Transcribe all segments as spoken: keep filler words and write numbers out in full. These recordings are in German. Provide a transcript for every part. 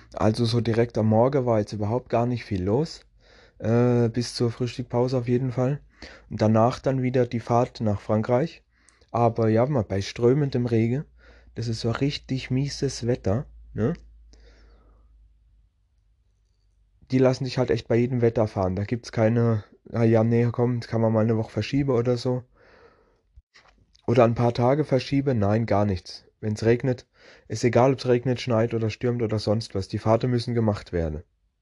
Also so direkt am Morgen war jetzt überhaupt gar nicht viel los. Äh, bis zur Frühstückpause auf jeden Fall. Und danach dann wieder die Fahrt nach Frankreich. Aber ja, mal bei strömendem Regen. Das ist so richtig mieses Wetter, ne? Die lassen sich halt echt bei jedem Wetter fahren. Da gibt's keine, ah ja, nee, komm, das kann man mal eine Woche verschieben oder so. Oder ein paar Tage verschieben. Nein, gar nichts. Wenn es regnet, ist egal, ob es regnet, schneit oder stürmt oder sonst was. Die Fahrten müssen gemacht werden.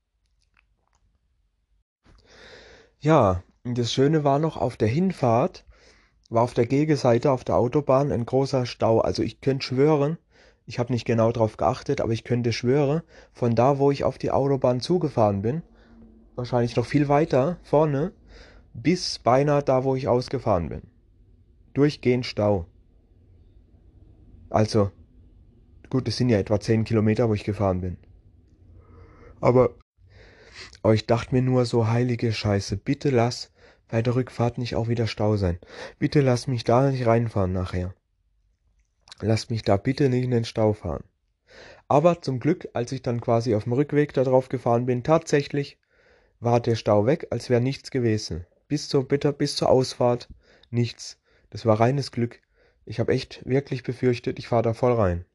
Ja, und das Schöne war noch, auf der Hinfahrt war auf der Gegenseite auf der Autobahn ein großer Stau. Also ich könnte schwören, ich habe nicht genau drauf geachtet, aber ich könnte schwören, von da, wo ich auf die Autobahn zugefahren bin, wahrscheinlich noch viel weiter vorne, bis beinahe da, wo ich ausgefahren bin. Durchgehend Stau. Also, gut, es sind ja etwa zehn Kilometer, wo ich gefahren bin. Aber, aber ich dachte mir nur so, heilige Scheiße, bitte lass bei der Rückfahrt nicht auch wieder Stau sein. Bitte lass mich da nicht reinfahren nachher. Lass mich da bitte nicht in den Stau fahren. Aber zum Glück, als ich dann quasi auf dem Rückweg da drauf gefahren bin, tatsächlich war der Stau weg, als wäre nichts gewesen. Bis zur bitte, bis zur Ausfahrt nichts. Das war reines Glück. Ich habe echt wirklich befürchtet, ich fahre da voll rein.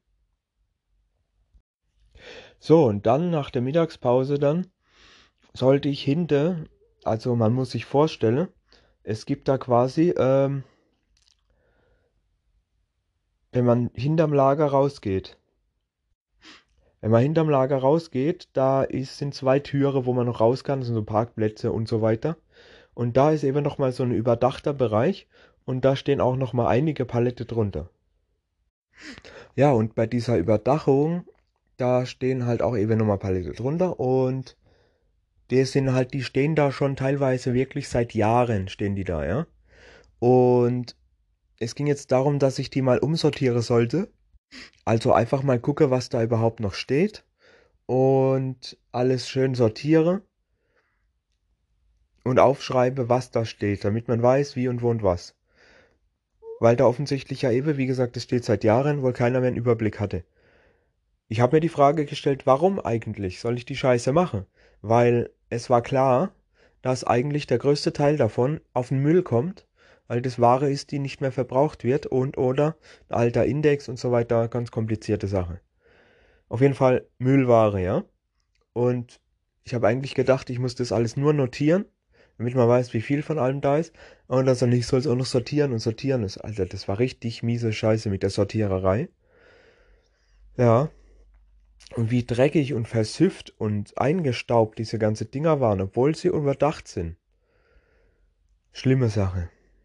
So, und dann nach der Mittagspause dann sollte ich hinter, also man muss sich vorstellen, es gibt da quasi, ähm, wenn man hinterm Lager rausgeht, wenn man hinterm Lager rausgeht, da ist, sind zwei Türe, wo man noch raus kann, das sind so Parkplätze und so weiter. Und da ist eben nochmal so ein überdachter Bereich und da stehen auch nochmal einige Palette drunter. Ja, und bei dieser Überdachung, da stehen halt auch eben nochmal Palette drunter und die sind halt, die stehen da schon teilweise wirklich seit Jahren stehen die da, ja. Und es ging jetzt darum, dass ich die mal umsortieren sollte. Also einfach mal gucke, was da überhaupt noch steht und alles schön sortiere und aufschreibe, was da steht, damit man weiß, wie und wo und was. Weil da offensichtlich ja eben, wie gesagt, es steht seit Jahren, wohl keiner mehr einen Überblick hatte. Ich habe mir die Frage gestellt, warum eigentlich soll ich die Scheiße machen? Weil es war klar, dass eigentlich der größte Teil davon auf den Müll kommt, weil das Ware ist, die nicht mehr verbraucht wird und oder ein alter Index und so weiter, ganz komplizierte Sache. Auf jeden Fall Müllware, ja. Und ich habe eigentlich gedacht, ich muss das alles nur notieren, damit man weiß, wie viel von allem da ist. Und dass dann ich soll es auch noch sortieren und sortieren ist. Alter, das war richtig miese Scheiße mit der Sortiererei. Ja. Und wie dreckig und versifft und eingestaubt diese ganze Dinger waren, obwohl sie überdacht sind. Schlimme Sache.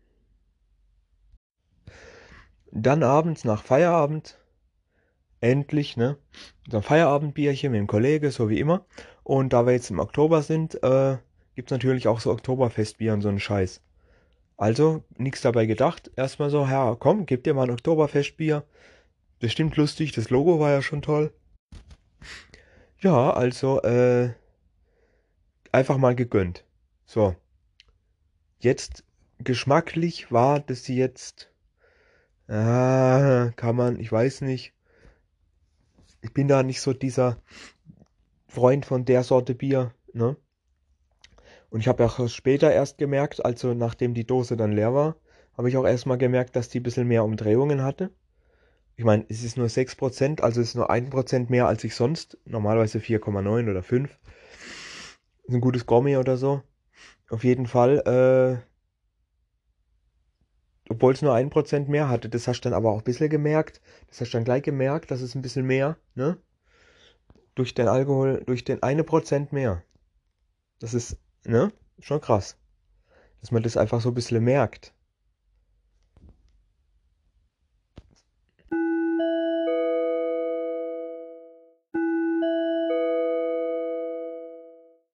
Dann abends nach Feierabend, endlich, ne? Unser Feierabendbierchen mit dem Kollege, so wie immer. Und da wir jetzt im Oktober sind, äh, gibt's natürlich auch so Oktoberfestbier und so einen Scheiß. Also, nichts dabei gedacht. Erstmal so, ja, komm, gib dir mal ein Oktoberfestbier. Bestimmt lustig, das Logo war ja schon toll. Ja, also, äh, einfach mal gegönnt. So, jetzt geschmacklich war das jetzt, ah, kann man, ich weiß nicht. Ich bin da nicht so dieser Freund von der Sorte Bier, ne? Und ich habe auch später erst gemerkt, also nachdem die Dose dann leer war, habe ich auch erstmal gemerkt, dass die ein bisschen mehr Umdrehungen hatte. Ich meine, es ist nur sechs Prozent, also es ist nur ein Prozent mehr als ich sonst. Normalerweise vier Komma neun oder fünf. Ist ein gutes Gourmet oder so. Auf jeden Fall, äh, obwohl es nur ein Prozent mehr hatte. Das hast du dann aber auch ein bisschen gemerkt. Das hast du dann gleich gemerkt, dass es ein bisschen mehr, ne? Durch den Alkohol, durch den eine Prozent mehr. Das ist, ne? Schon krass. Dass man das einfach so ein bisschen merkt.